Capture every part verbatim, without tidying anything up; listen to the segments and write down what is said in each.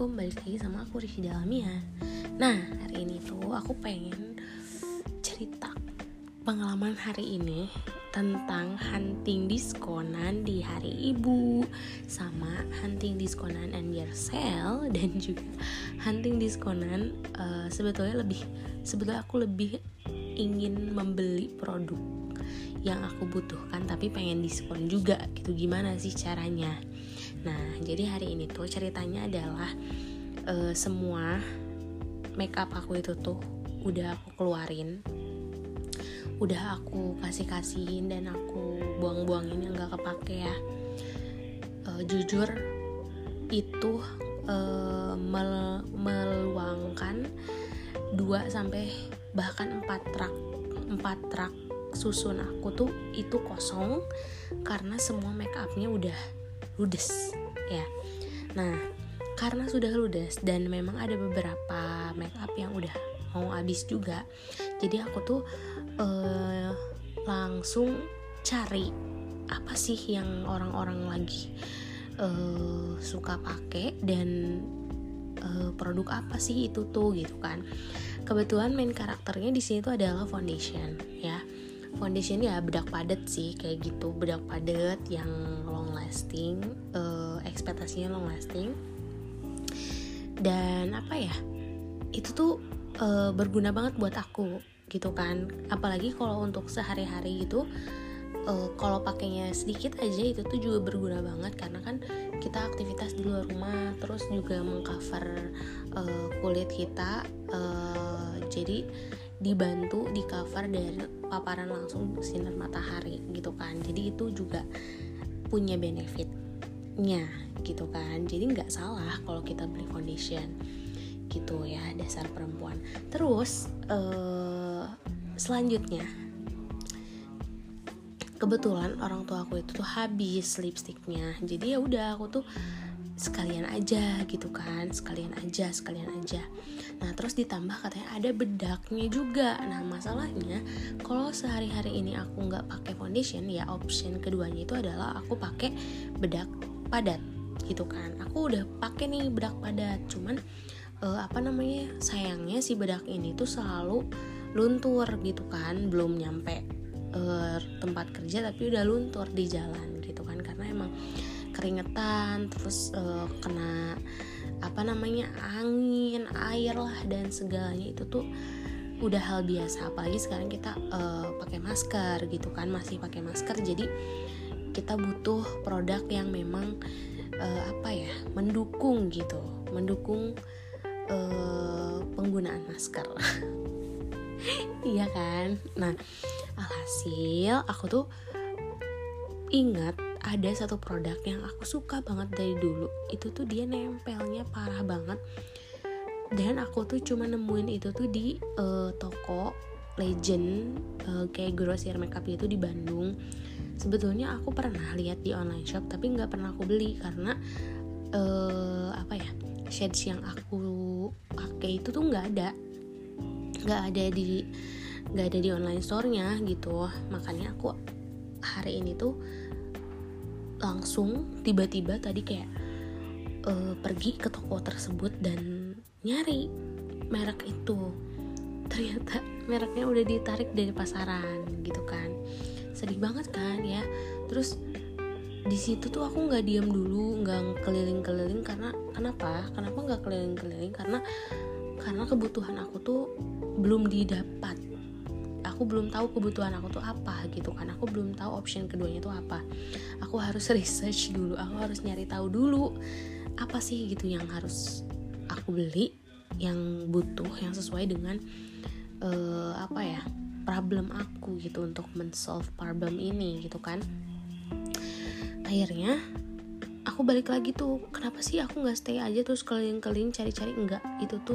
Assalamualaikum, balik lagi sama aku Rizky Dalamia. Nah, hari ini tuh aku pengen cerita pengalaman hari ini tentang hunting diskonan di hari ibu, sama hunting diskonan and year sale, dan juga hunting diskonan uh, sebetulnya lebih sebetulnya aku lebih ingin membeli produk yang aku butuhkan tapi pengen diskon juga gitu. Gimana sih caranya? Nah, jadi hari ini tuh ceritanya adalah uh, semua makeup aku itu tuh udah aku keluarin, udah aku kasih-kasihin dan aku buang-buangin yang gak kepake ya. Uh, jujur itu uh, mel- meluangkan dua sampai bahkan empat rak empat rak susun aku tuh itu kosong karena semua makeupnya udah ludes ya. Nah, karena sudah ludes dan memang ada beberapa makeup yang udah mau habis juga, jadi aku tuh uh, langsung cari apa sih yang orang-orang lagi uh, suka pakai dan uh, produk apa sih itu tuh gitu kan. Kebetulan main karakternya di sini tuh adalah foundation ya. Foundation ya bedak padat sih kayak gitu, bedak padat yang long lasting, uh, ekspektasinya long lasting. Dan apa ya, itu tuh uh, berguna banget buat aku gitu kan. Apalagi kalau untuk sehari-hari gitu, uh, kalau pakainya sedikit aja itu tuh juga berguna banget karena kan kita aktivitas di luar rumah, terus juga mengcover uh, kulit kita, uh, jadi dibantu di cover dari paparan langsung sinar matahari gitu kan. Jadi itu juga punya benefitnya gitu kan. Jadi nggak salah kalau kita beli foundation gitu ya, dasar perempuan. Terus uh, selanjutnya kebetulan orang tua aku itu tuh habis lipstiknya. Jadi ya udah aku tuh sekalian aja gitu kan, sekalian aja, sekalian aja. Nah, terus ditambah katanya ada bedaknya juga. Nah, masalahnya kalau sehari-hari ini aku nggak pakai foundation, ya option keduanya itu adalah aku pakai bedak padat gitu kan. Aku udah pakai nih bedak padat, cuman uh, apa namanya, sayangnya si bedak ini tuh selalu luntur gitu kan, belum nyampe uh, tempat kerja tapi udah luntur di jalan gitu kan, karena emang keringetan, terus uh, kena apa namanya angin, air lah dan segalanya. Itu tuh udah hal biasa, apalagi sekarang kita uh, pakai masker gitu kan, masih pakai masker. Jadi kita butuh produk yang memang uh, apa ya, mendukung gitu, mendukung uh, penggunaan masker. Iya kan. Nah, alhasil aku tuh ingat ada satu produk yang aku suka banget dari dulu. Itu tuh dia nempelnya parah banget. Dan aku tuh cuma nemuin itu tuh di uh, toko legend uh, kayak grosir makeup itu di Bandung. Sebetulnya aku pernah lihat di online shop tapi nggak pernah aku beli karena uh, apa ya, shades yang aku pakai itu tuh nggak ada, nggak ada di nggak ada di online store-nya gitu. Makanya aku hari ini tuh langsung tiba-tiba tadi kayak uh, pergi ke toko tersebut dan nyari merek itu. Ternyata mereknya udah ditarik dari pasaran gitu kan. Sedih banget kan ya. Terus di situ tuh aku nggak diam dulu, nggak keliling-keliling. Karena kenapa? Kenapa nggak keliling-keliling? Karena karena kebutuhan aku tuh belum didapat. Aku belum tahu kebutuhan aku tuh apa gitu kan. Aku belum tahu option keduanya tuh apa. Aku harus research dulu, aku harus nyari tahu dulu apa sih gitu yang harus aku beli, yang butuh, yang sesuai dengan uh, apa ya, problem aku gitu, untuk men-solve problem ini gitu kan. Akhirnya aku balik lagi tuh, kenapa sih aku nggak stay aja terus keliling-keliling cari-cari? Enggak, itu tuh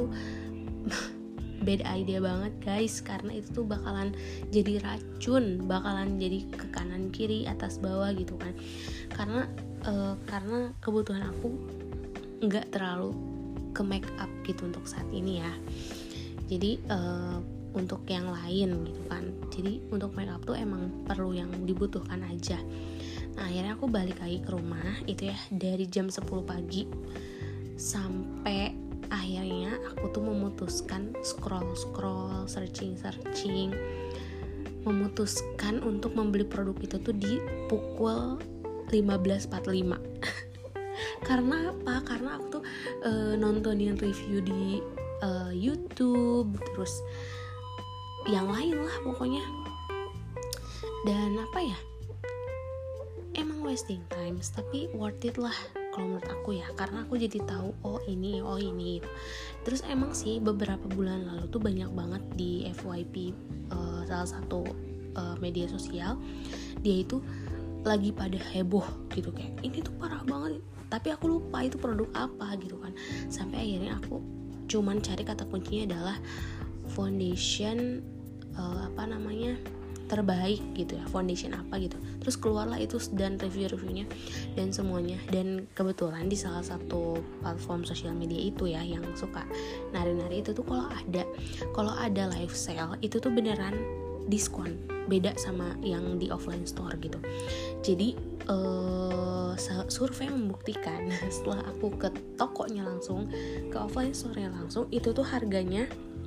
bad idea banget guys, karena itu tuh bakalan jadi racun, bakalan jadi ke kanan kiri atas bawah gitu kan. Karena uh, karena kebutuhan aku nggak terlalu ke make up gitu untuk saat ini ya. Jadi uh, untuk yang lain gitu kan. Jadi untuk make up tuh emang perlu yang dibutuhkan aja. Nah, akhirnya aku balik lagi ke rumah itu ya dari jam sepuluh pagi sampai akhirnya aku tuh memutuskan scroll-scroll, searching-searching, memutuskan untuk membeli produk itu tuh di pukul lima belas empat puluh lima. Karena apa? Karena aku tuh e, nontonin review di e, YouTube, terus yang lain lah pokoknya. Dan apa ya, emang wasting times, tapi worth it lah kalau menurut aku ya, karena aku jadi tahu oh ini, oh ini. Terus emang sih beberapa bulan lalu tuh banyak banget di F Y P, uh, salah satu uh, media sosial, dia itu lagi pada heboh gitu, kayak ini tuh parah banget, tapi aku lupa itu produk apa gitu kan. Sampai akhirnya aku cuman cari kata kuncinya adalah foundation uh, apa namanya terbaik gitu ya, foundation apa gitu, terus keluarlah itu dan review-reviewnya dan semuanya. Dan kebetulan di salah satu platform sosial media itu ya, yang suka nari-nari itu tuh kalau ada kalau ada live sale itu tuh beneran diskon, beda sama yang di offline store gitu. Jadi uh, survei membuktikan setelah aku ke tokonya langsung, ke offline store-nya langsung, itu tuh harganya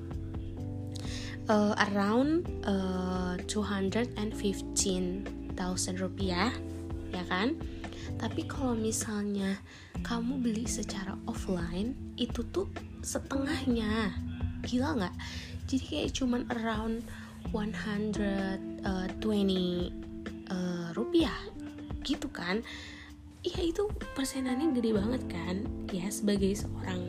Uh, around uh, two hundred fifteen thousand rupiah, ya kan? Tapi kalau misalnya kamu beli secara offline, itu tuh setengahnya. Gila nggak? Jadi kayak cuman around one hundred twenty uh, rupiah gitu kan? Iya, itu persenannya gede banget kan? Ya, sebagai seorang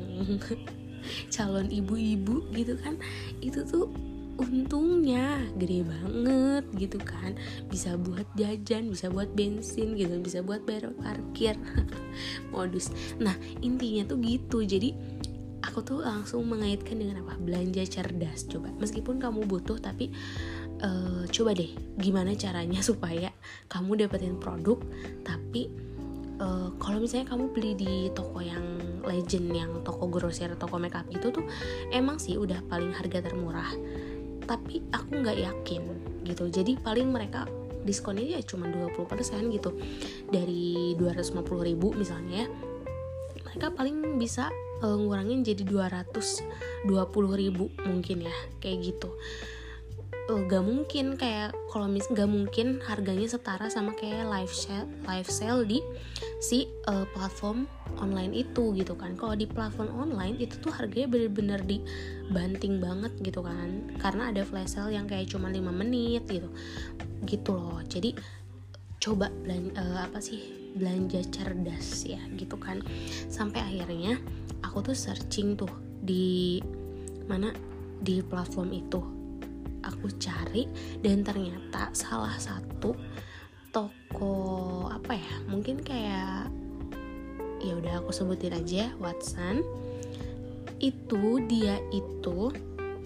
calon ibu-ibu gitu kan, itu tuh untungnya gede banget gitu kan, bisa buat jajan, bisa buat bensin gitu, bisa buat bayar parkir. Modus. Nah intinya tuh gitu. Jadi aku tuh langsung mengaitkan dengan apa, belanja cerdas. Coba meskipun kamu butuh, tapi uh, coba deh gimana caranya supaya kamu dapetin produk, tapi uh, kalau misalnya kamu beli di toko yang legend, yang toko grosir, toko makeup gitu tuh emang sih udah paling harga termurah, tapi aku nggak yakin gitu. Jadi paling mereka diskonnya ya cuma dua puluh persen gitu, dari dua ratus lima puluh ribu misalnya ya, mereka paling bisa uh, ngurangin jadi dua ratus dua puluh ribu mungkin ya, kayak gitu. Uh, gak mungkin kayak kalau mis gak mungkin harganya setara sama kayak live sale live sale di si uh, platform online itu gitu kan. Kalau di platform online itu tuh harganya bener-bener dibanting banget gitu kan, karena ada flash sale yang kayak cuma lima menit gitu gitu loh. Jadi coba belanja, uh, apa sih belanja cerdas ya gitu kan. Sampai akhirnya aku tuh searching tuh di mana, di platform itu aku cari, dan ternyata salah satu toko apa ya, mungkin kayak ya udah aku sebutin aja, Watson, itu dia itu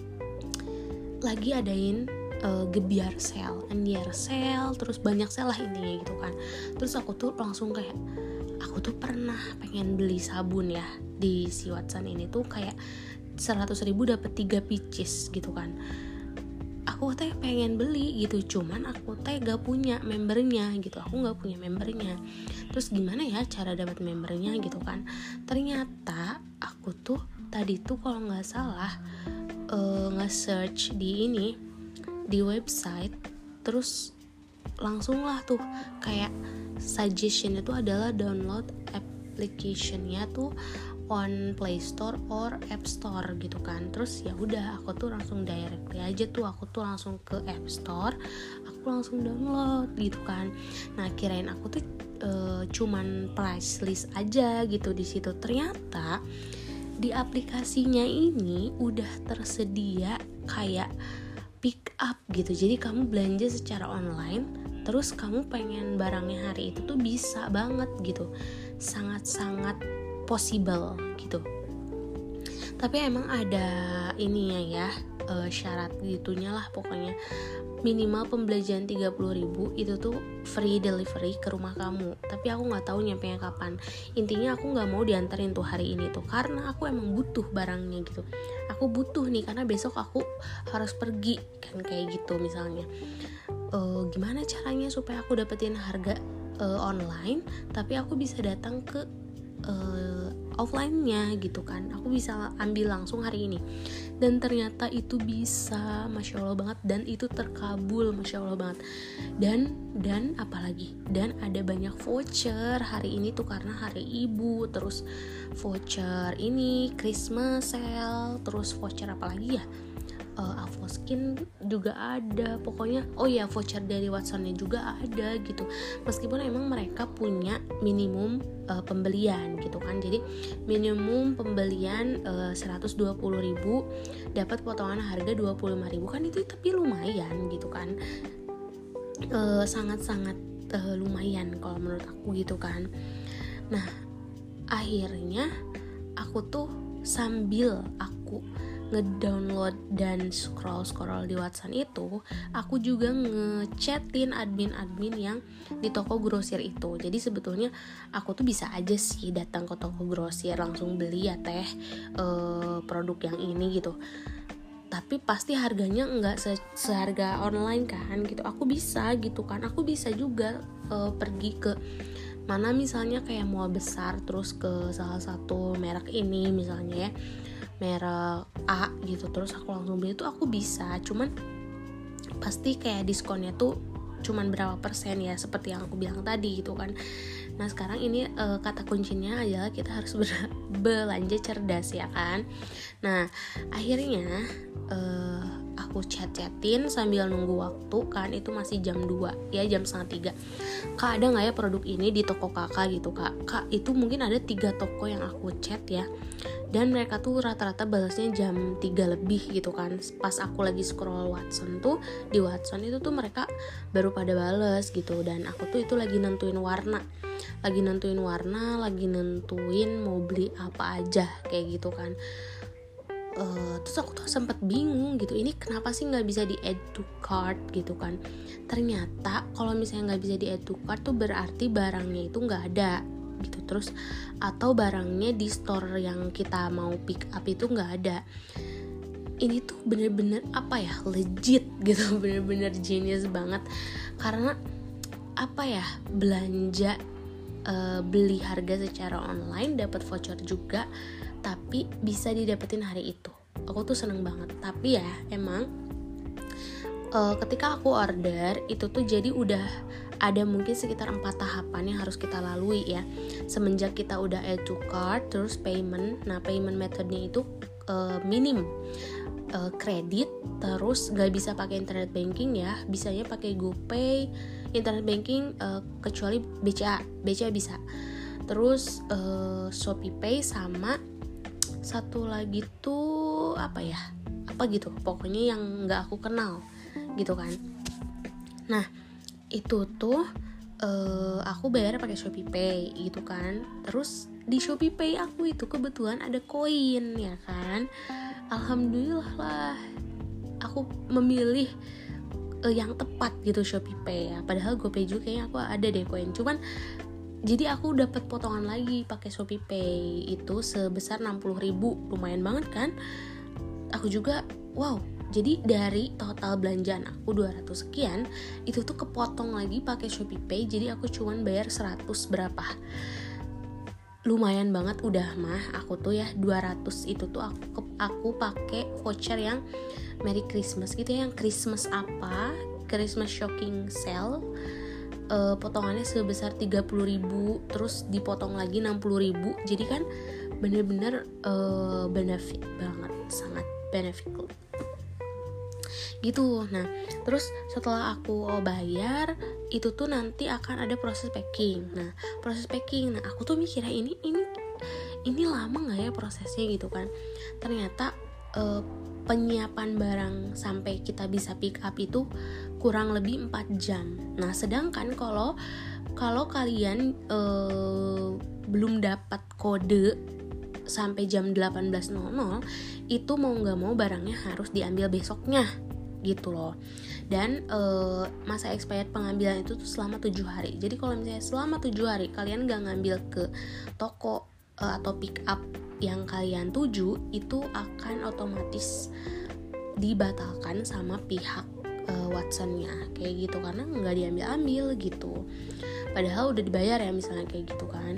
lagi adain uh, gebiar sale, andiar sale, terus banyak sale lah intinya gitu kan. Terus aku tuh langsung kayak, aku tuh pernah pengen beli sabun ya di si Watson ini tuh kayak seratus ribu dapet tiga pieces gitu kan. Aku teh pengen beli gitu, cuman aku teh gak punya membernya gitu, aku gak punya membernya. Terus gimana ya cara dapat membernya gitu kan. Ternyata aku tuh tadi tuh kalau gak salah uh, nge-search di ini, di website, terus langsung lah tuh kayak suggestion itu adalah download application-nya tuh on Play Store or App Store gitu kan. Terus ya udah aku tuh langsung directly aja tuh, aku tuh langsung ke App Store, aku langsung download gitu kan. Nah kirain aku tuh e, cuman price list aja gitu di situ. Ternyata di aplikasinya ini udah tersedia kayak pick up gitu. Jadi kamu belanja secara online, terus kamu pengen barangnya hari itu tuh bisa banget gitu, sangat-sangat possible gitu. Tapi emang ada ininya ya, uh, syarat gitunya lah pokoknya. Minimal pembelanjaan tiga puluh ribu itu tuh free delivery ke rumah kamu. Tapi aku gak tahu nyampenya kapan. Intinya aku gak mau dianterin tuh hari ini tuh, karena aku emang butuh barangnya gitu. Aku butuh nih karena besok aku harus pergi kan, kayak gitu misalnya. uh, Gimana caranya supaya aku dapetin harga uh, online, tapi aku bisa datang ke Uh, offline-nya gitu kan, aku bisa ambil langsung hari ini. Dan ternyata itu bisa, masya Allah banget, dan itu terkabul, masya Allah banget. Dan dan apalagi, dan ada banyak voucher hari ini tuh karena hari ibu, terus voucher ini Christmas sale, terus voucher apalagi ya, uh, Avoskin juga ada, pokoknya oh ya voucher dari Watsonnya juga ada gitu. Meskipun emang mereka punya minimum uh, pembelian gitu kan, jadi minimum pembelian uh, seratus dua puluh ribu dapat potongan harga dua puluh lima ribu, kan itu tapi lumayan gitu kan, uh, sangat-sangat uh, lumayan kalau menurut aku gitu kan. Nah akhirnya aku tuh sambil aku ngedownload dan scroll-scroll di WhatsApp itu, aku juga ngechatin admin-admin yang di toko grosir itu. Jadi sebetulnya aku tuh bisa aja sih datang ke toko grosir langsung beli ya teh eh, produk yang ini gitu. Tapi pasti harganya nggak se- seharga online kan gitu. Aku bisa gitu kan. Aku bisa juga eh, pergi ke mana misalnya kayak mall besar, terus ke salah satu merek ini misalnya ya, merek A gitu, terus aku langsung beli itu aku bisa. Cuman pasti kayak diskonnya tuh cuman berapa persen ya, seperti yang aku bilang tadi gitu kan. Nah sekarang ini e, kata kuncinya adalah kita harus ber- belanja cerdas ya kan. Nah akhirnya e, aku chat-chatin sambil nunggu waktu kan, itu masih jam dua ya, jam setengah tiga. Kak ada gak ya produk ini di toko kakak gitu kak. Kak itu mungkin ada tiga toko yang aku chat ya, dan mereka tuh rata-rata balasnya jam tiga lebih gitu kan. Pas aku lagi scroll Watson tuh, di Watson itu tuh mereka baru pada bales gitu. Dan aku tuh itu lagi nentuin warna Lagi nentuin warna, lagi nentuin mau beli apa aja kayak gitu kan. Uh, terus aku tuh sempat bingung gitu, ini kenapa sih nggak bisa di add to cart gitu kan. Ternyata kalau misalnya nggak bisa di add to cart tuh berarti barangnya itu nggak ada gitu, terus atau barangnya di store yang kita mau pick up itu nggak ada. Ini tuh bener-bener apa ya, legit gitu, bener-bener genius banget. Karena apa ya, belanja uh, beli harga secara online dapat voucher juga, tapi bisa didapetin hari itu. Aku tuh seneng banget. Tapi ya emang uh, ketika aku order itu tuh jadi udah ada mungkin sekitar empat tahapan yang harus kita lalui ya. Semenjak kita udah add to cart, terus payment. Nah payment methodnya itu uh, minim uh, kredit, terus gak bisa pakai internet banking ya, bisanya pakai GoPay. Internet banking uh, kecuali B C A, B C A bisa. Terus uh, ShopeePay sama satu lagi tuh apa ya, apa gitu pokoknya yang nggak aku kenal gitu kan. Nah itu tuh uh, aku bayar pakai ShopeePay gitu kan. Terus di ShopeePay aku itu kebetulan ada koin ya kan. Alhamdulillah lah aku memilih uh, yang tepat gitu ShopeePay ya. Padahal GoPay juga kayaknya aku ada deh koin, cuman jadi aku dapat potongan lagi pakai ShopeePay itu sebesar enam puluh ribu, lumayan banget kan. Aku juga wow, jadi dari total belanjaan aku dua ratus sekian, itu tuh kepotong lagi pakai ShopeePay, jadi aku cuman bayar seratus berapa. Lumayan banget udah mah aku tuh ya dua ratus itu tuh aku aku pakai voucher yang Merry Christmas gitu ya, yang Christmas apa? Christmas Shocking Sale. Uh, potongannya sebesar tiga puluh ribu, terus dipotong lagi enam puluh ribu. Jadi kan bener-bener uh, benefit banget, sangat benefit gitu. Nah terus setelah aku bayar itu tuh nanti akan ada proses packing. Nah proses packing, nah aku tuh mikirnya ini ini ini lama nggak ya prosesnya gitu kan. Ternyata uh, penyiapan barang sampai kita bisa pick up itu kurang lebih empat jam. Nah sedangkan kalau kalau kalian uh, belum dapat kode sampai jam delapan belas nol nol, itu mau nggak mau barangnya harus diambil besoknya gitu loh. Dan uh, masa expired pengambilan itu tuh selama tujuh hari. Jadi kalau misalnya selama tujuh hari kalian nggak ngambil ke toko uh, atau pick up yang kalian tuju, itu akan otomatis dibatalkan sama pihak uh, Watsonnya kayak gitu, karena nggak diambil-ambil gitu. Padahal udah dibayar ya misalnya kayak gitu kan.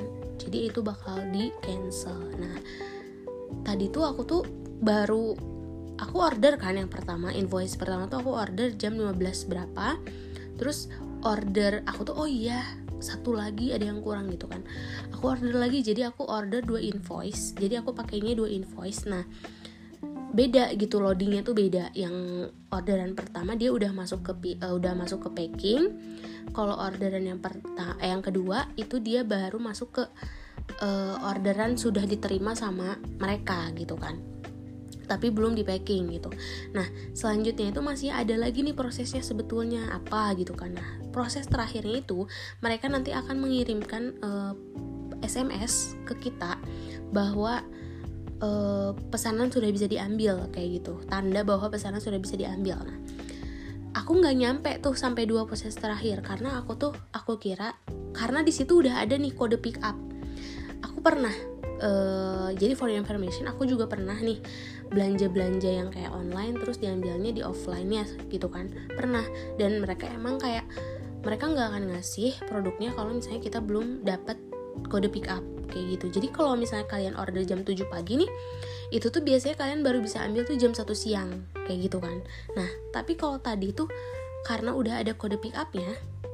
jadi itu bakal di cancel. Nah tadi tuh aku tuh baru aku order kan yang pertama, invoice pertama tuh aku order jam lima belas berapa, terus order aku tuh oh iya satu lagi ada yang kurang gitu kan, aku order lagi, jadi aku order dua invoice, jadi aku pakainya dua invoice. Nah beda gitu, loadingnya tuh beda, yang orderan pertama dia udah masuk ke uh, udah masuk ke packing, kalau orderan yang pertama eh, yang kedua itu dia baru masuk ke uh, orderan sudah diterima sama mereka gitu kan, tapi belum di packing gitu. Nah selanjutnya itu masih ada lagi nih prosesnya sebetulnya apa gitu kan. Nah proses terakhirnya itu mereka nanti akan mengirimkan uh, S M S ke kita bahwa uh, pesanan sudah bisa diambil kayak gitu, tanda bahwa pesanan sudah bisa diambil. Nah aku nggak nyampe tuh sampai dua proses terakhir karena aku tuh aku kira karena di situ udah ada nih kode pick up. Aku pernah uh, jadi for your information aku juga pernah nih belanja-belanja yang kayak online terus diambilnya di offline-nya gitu kan, pernah. Dan mereka emang kayak mereka nggak akan ngasih produknya kalau misalnya kita belum dapat kode pick up kayak gitu. Jadi kalau misalnya kalian order jam tujuh pagi nih, itu tuh biasanya kalian baru bisa ambil tuh jam satu siang kayak gitu kan. Nah tapi kalau tadi tuh karena udah ada kode pick up-nya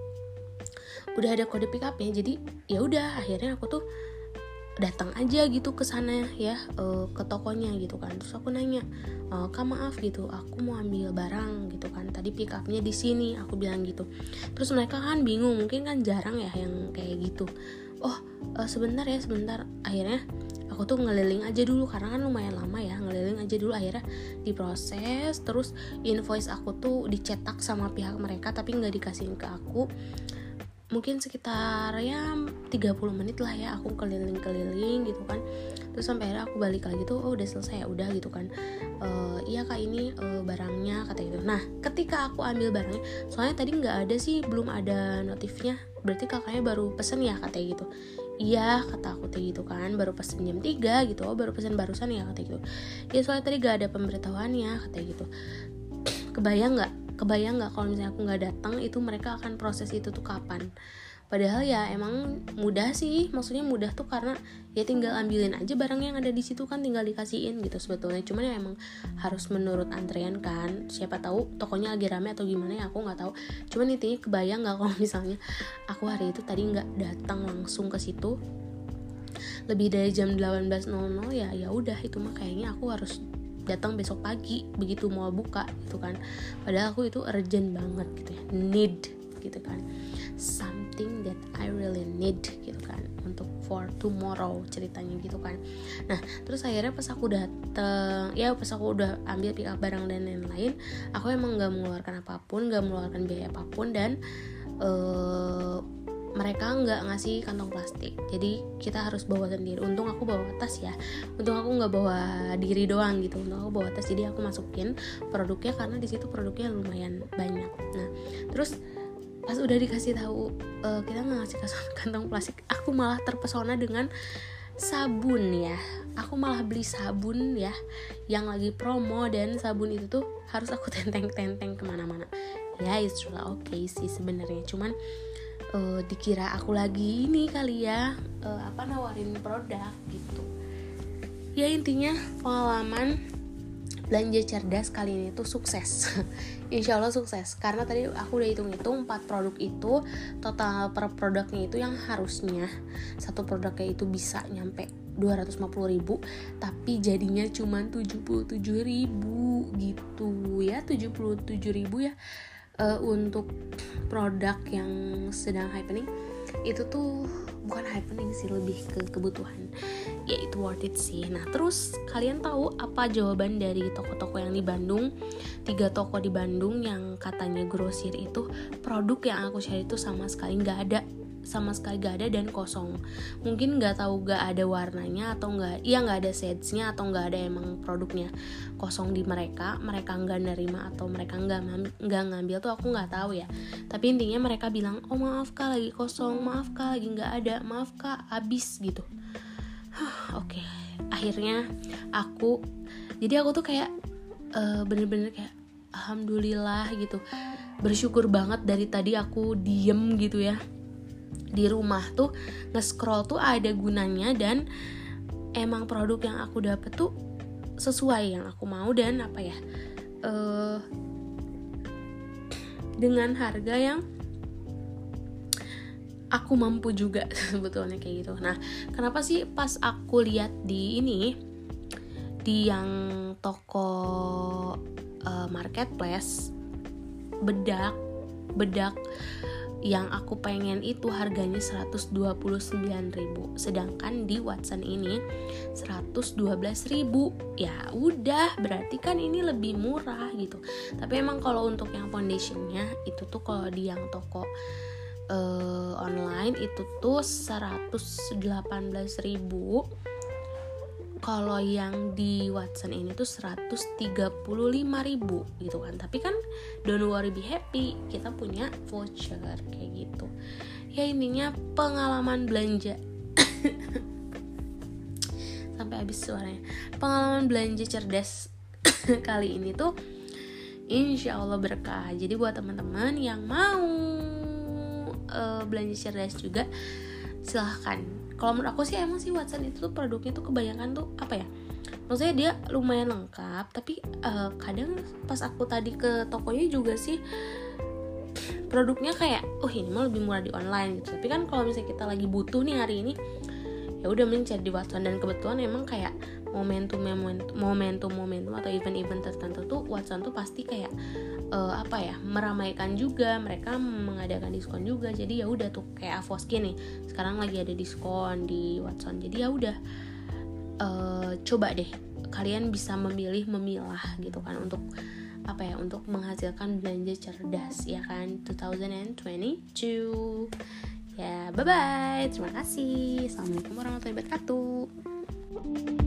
udah ada kode pick up-nya jadi ya udah akhirnya aku tuh datang aja gitu ke sana ya, uh, ke tokonya gitu kan. Terus aku nanya, e, Kak maaf gitu, aku mau ambil barang gitu kan, tadi pick up-nya di sini, aku bilang gitu. Terus mereka kan bingung, mungkin kan jarang ya yang kayak gitu. Oh uh, sebentar ya sebentar. Akhirnya aku tuh ngeliling aja dulu karena kan lumayan lama ya, ngeliling aja dulu. Akhirnya diproses, terus invoice aku tuh dicetak sama pihak mereka tapi nggak dikasihin ke aku. Mungkin sekitar ya tiga puluh menit lah ya aku keliling-keliling gitu kan. Terus sampai akhirnya aku balik lagi tuh, oh udah selesai ya udah gitu kan. E, iya kak ini e, barangnya kata gitu. Nah ketika aku ambil barangnya, soalnya tadi nggak ada sih, belum ada notifnya, berarti kakaknya baru pesen ya katanya gitu. Iya kata aku kayak gitu kan, baru pesen jam tiga gitu, oh baru pesen barusan ya kata gitu. Ya soalnya tadi gak ada pemberitahuannya kata gitu. Kebayang nggak? Kebayang nggak kalau misalnya aku nggak datang itu mereka akan proses itu tuh kapan? Padahal ya emang mudah sih, maksudnya mudah tuh karena ya tinggal ambilin aja barang yang ada di situ kan, tinggal dikasihin gitu sebetulnya. Cuman ya emang harus menurut antrian kan, siapa tahu tokonya lagi rame atau gimana ya aku nggak tahu. Cuman intinya kebayang nggak kalau misalnya aku hari itu tadi nggak datang langsung ke situ lebih dari jam delapan belas nol nol ya ya udah itu mah kayaknya aku harus datang besok pagi begitu mau buka gitu kan. Padahal aku itu urgent banget gitu ya, need gitu kan, something that I really need gitu kan, untuk for tomorrow ceritanya gitu kan. Nah terus akhirnya pas aku dateng ya, pas aku udah ambil pick up barang dan lain-lain, aku emang nggak mengeluarkan apapun, nggak mengeluarkan biaya apapun, dan uh, mereka nggak ngasih kantong plastik, jadi kita harus bawa sendiri. Untung aku bawa tas ya, untung aku nggak bawa diri doang gitu, untung aku bawa tas, jadi aku masukin produknya karena di situ produknya lumayan banyak. Nah terus pas udah dikasih tahu uh, kita nggak ngasih kantong plastik, aku malah terpesona dengan sabun ya. Aku malah beli sabun ya yang lagi promo, dan sabun itu tuh harus aku tenteng-tenteng kemana-mana. Ya it's really okay sih sebenarnya, cuman Uh, dikira aku lagi ini kali ya uh, apa nawarin produk gitu. Ya intinya pengalaman belanja cerdas kali ini tuh sukses. Insya Allah sukses, karena tadi aku udah hitung-hitung empat produk itu total per produknya itu yang harusnya satu produknya itu bisa nyampe dua ratus lima puluh ribu, tapi jadinya cuma tujuh puluh tujuh ribu gitu ya, tujuh puluh tujuh ribu ya. Uh, untuk produk yang sedang happening itu tuh bukan happening sih, lebih ke kebutuhan, ya itu worth it sih. Nah terus kalian tahu apa jawaban dari toko-toko yang di Bandung, tiga toko di Bandung yang katanya grosir itu, produk yang aku cari itu sama sekali nggak ada, sama sekali gak ada dan kosong. Mungkin nggak tahu gak ada warnanya atau nggak, iya nggak ada shades-nya atau nggak ada emang produknya kosong di mereka, mereka nggak nerima atau mereka nggak nggak ngambil tuh aku nggak tahu ya. Tapi intinya mereka bilang oh maaf kak lagi kosong, maaf kak lagi nggak ada, maaf kak habis gitu. Oke, okay. Akhirnya aku, jadi aku tuh kayak uh, bener-bener kayak alhamdulillah gitu, bersyukur banget dari tadi aku diem gitu ya. di rumah tuh nge-scroll tuh ada gunanya, dan emang produk yang aku dapet tuh sesuai yang aku mau, dan apa ya uh, dengan harga yang aku mampu juga sebetulnya kayak gitu. Nah, kenapa sih pas aku lihat di ini di yang toko uh, marketplace bedak bedak yang aku pengen itu harganya seratus dua puluh sembilan ribu, sedangkan di Watson ini seratus dua belas ribu. Ya udah, berarti kan ini lebih murah gitu. Tapi emang kalau untuk yang foundationnya itu tuh kalau di yang toko uh, online itu tuh seratus delapan belas ribu. Kalau yang di Watson ini tuh seratus tiga puluh lima ribu gitu kan. Tapi kan don't worry, be happy, kita punya voucher kayak gitu. Ya intinya pengalaman belanja sampai habis suaranya. Pengalaman belanja cerdas kali ini tuh insya Allah berkah. Jadi buat teman-teman yang mau uh, belanja cerdas juga, silahkan. Kalau menurut aku sih emang sih Watson itu tuh produknya tuh kebanyakan tuh apa ya, maksudnya dia lumayan lengkap. Tapi uh, kadang pas aku tadi ke tokonya juga sih produknya kayak oh ini mah lebih murah di online gitu. Tapi kan kalau misalnya kita lagi butuh nih hari ini, ya udah mending cari di Watson. Dan kebetulan emang kayak momentum momentum momentum atau event-event tertentu tuh Watson tuh pasti kayak uh, apa ya meramaikan juga, mereka mengadakan diskon juga. Jadi ya udah tuh kayak Avoskin nih sekarang lagi ada diskon di Watson. Jadi ya udah uh, coba deh kalian bisa memilih memilah gitu kan untuk apa ya, untuk menghasilkan belanja cerdas ya kan dua ribu dua puluh dua. Ya bye bye, terima kasih, assalamualaikum warahmatullahi wabarakatuh.